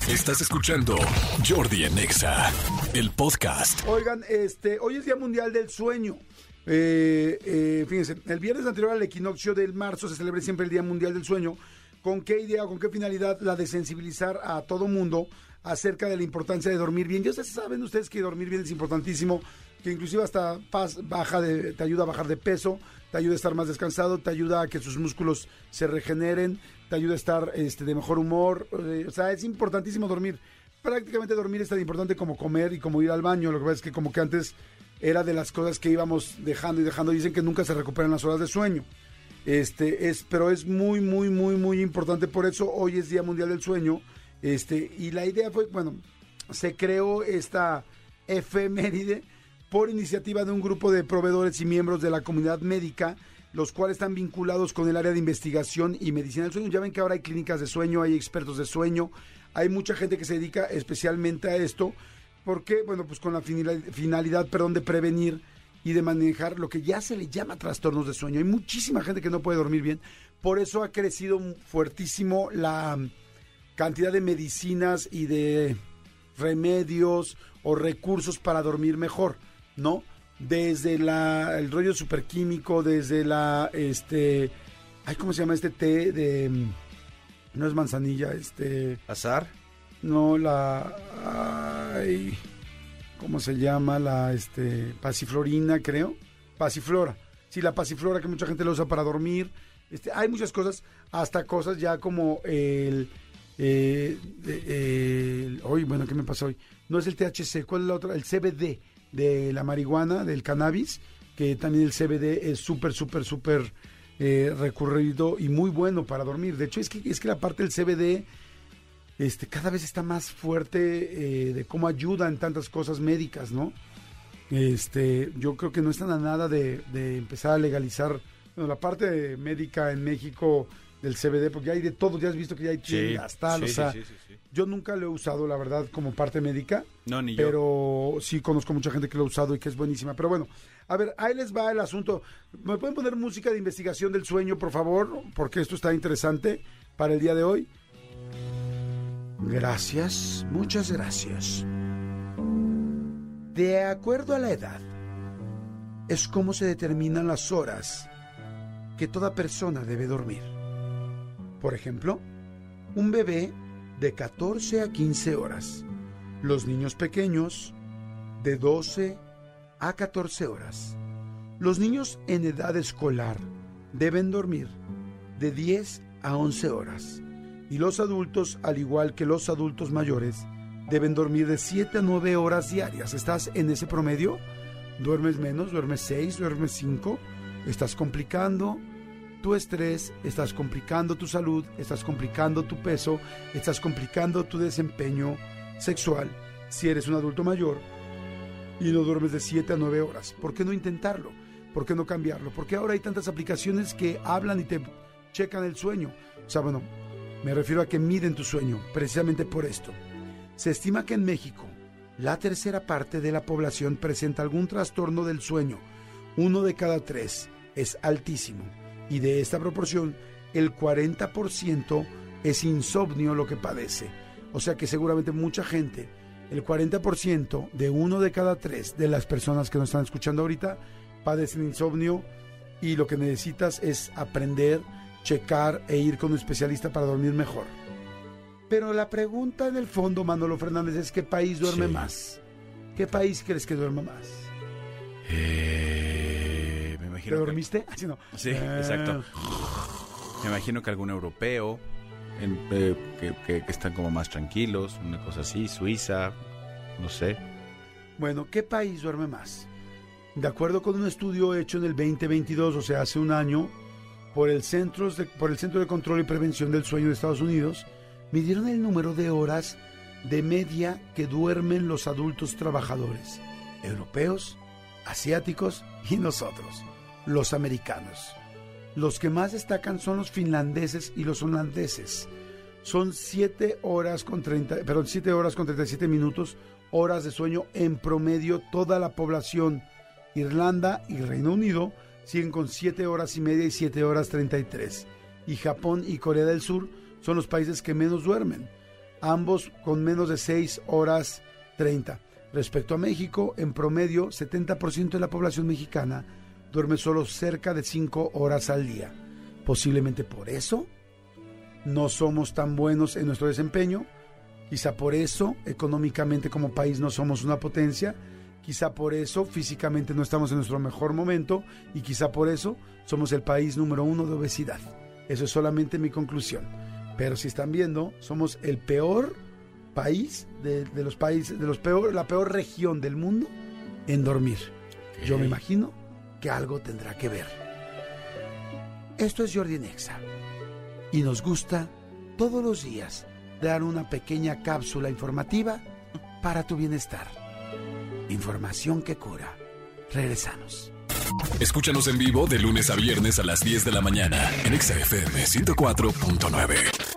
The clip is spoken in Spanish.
Estás escuchando Jordi en Exa, el podcast. Oigan, hoy es Día Mundial del Sueño. Fíjense, el viernes anterior al equinoccio del marzo se celebra siempre el Día Mundial del Sueño. ¿Con qué idea o con qué finalidad? La de sensibilizar a todo mundo acerca de la importancia de dormir bien. Ya saben ustedes que dormir bien es importantísimo, que inclusive hasta te ayuda a bajar de peso, te ayuda a estar más descansado, te ayuda a que sus músculos se regeneren, te ayuda a estar de mejor humor. O sea, es importantísimo dormir. Prácticamente dormir es tan importante como comer y como ir al baño. Lo que pasa es que como que antes era de las cosas que íbamos dejando y dejando. Dicen que nunca se recuperan las horas de sueño. Pero es muy, muy, muy, muy importante. Por eso hoy es Día Mundial del Sueño. Y la idea fue, se creó esta efeméride por iniciativa de un grupo de proveedores y miembros de la comunidad médica, los cuales están vinculados con el área de investigación y medicina del sueño. Ya ven que ahora hay clínicas de sueño, hay expertos de sueño, hay mucha gente que se dedica especialmente a esto, porque, pues con la finalidad, de prevenir y de manejar lo que ya se le llama trastornos de sueño. Hay muchísima gente que no puede dormir bien, por eso ha crecido fuertísimo la cantidad de medicinas y de remedios o recursos para dormir mejor, ¿no? Desde el rollo superquímico, desde ¿cómo se llama este té de? No es manzanilla, ¿Azar? No, ¿cómo se llama? Pasiflorina, creo. Pasiflora. Sí, la pasiflora que mucha gente la usa para dormir. Hay muchas cosas, hasta cosas ya como ¿qué me pasó hoy? No es el THC, ¿cuál es la otra? El CBD de la marihuana, del cannabis, que también el CBD es súper recurrido y muy bueno para dormir. De hecho, es que la parte del CBD cada vez está más fuerte de cómo ayuda en tantas cosas médicas, ¿no? Yo creo que no están a nada de empezar a legalizar la parte médica en México del CBD, porque hay de todo. Ya has visto que ya hay tiendas, sí. Yo nunca lo he usado, la verdad, como parte médica. No, ni yo. Pero sí conozco mucha gente que lo ha usado y que es buenísima. Pero bueno, a ver, ahí les va el asunto. ¿Me pueden poner música de investigación del sueño, por favor? Porque esto está interesante para el día de hoy. Gracias, muchas gracias. De acuerdo a la edad, es como se determinan las horas que toda persona debe dormir. Por ejemplo, un bebé de 14 a 15 horas. Los niños pequeños de 12 a 14 horas. Los niños en edad escolar deben dormir de 10 a 11 horas. Y los adultos, al igual que los adultos mayores, deben dormir de 7 a 9 horas diarias. ¿Estás en ese promedio? ¿Duermes menos? ¿Duermes 6? ¿Duermes 5? ¿Estás complicando tu estrés? ¿Estás complicando tu salud? ¿Estás complicando tu peso? ¿Estás complicando tu desempeño sexual? Si eres un adulto mayor y no duermes de 7 a 9 horas, ¿por qué no intentarlo? ¿Por qué no cambiarlo? Porque ahora hay tantas aplicaciones que hablan y te checan el sueño. O sea, me refiero a que miden tu sueño, precisamente por esto. Se estima que en México, la tercera parte de la población presenta algún trastorno del sueño. 1 de cada 3 es altísimo. Y de esta proporción, el 40% es insomnio lo que padece. O sea que seguramente mucha gente, el 40% de 1 de cada 3 de las personas que nos están escuchando ahorita, padecen insomnio, y lo que necesitas es aprender, checar e ir con un especialista para dormir mejor. Pero la pregunta en el fondo, Manolo Fernández, es ¿qué país duerme más? ¿Qué país crees que duerma más? Me imagino. ¿Te dormiste? Sí, no. Sí, exacto. Me imagino que algún europeo que están como más tranquilos, una cosa así, Suiza, no sé. Bueno, ¿qué país duerme más? De acuerdo con un estudio hecho en el 2022, o sea, hace un año, por el Centro de Control y Prevención del Sueño de Estados Unidos, midieron el número de horas de media que duermen los adultos trabajadores, europeos, asiáticos y nosotros, los americanos. Los que más destacan son los finlandeses y los holandeses. Son 7 horas con 37 minutos, horas de sueño en promedio. Toda la población. Irlanda y Reino Unido siguen con 7 horas y media y 7 horas 33. Y Japón y Corea del Sur son los países que menos duermen. ambos con menos de 6 horas 30. Respecto a México, en promedio, 70% de la población mexicana duerme solo cerca de 5 horas al día. Posiblemente por eso no somos tan buenos en nuestro desempeño. Quizá por eso, económicamente como país no somos una potencia. Quizá por eso, físicamente no estamos en nuestro mejor momento. Y quizá por eso, somos el país número 1 de obesidad. Eso es solamente mi conclusión. Pero si están viendo, somos el peor país de los países, la peor región del mundo en dormir. Okay. Yo me imagino que algo tendrá que ver. Esto es Jordi en Exa. Y nos gusta todos los días dar una pequeña cápsula informativa para tu bienestar. Información que cura. Regresamos. Escúchanos en vivo de lunes a viernes a las 10 de la mañana en Exa FM 104.9.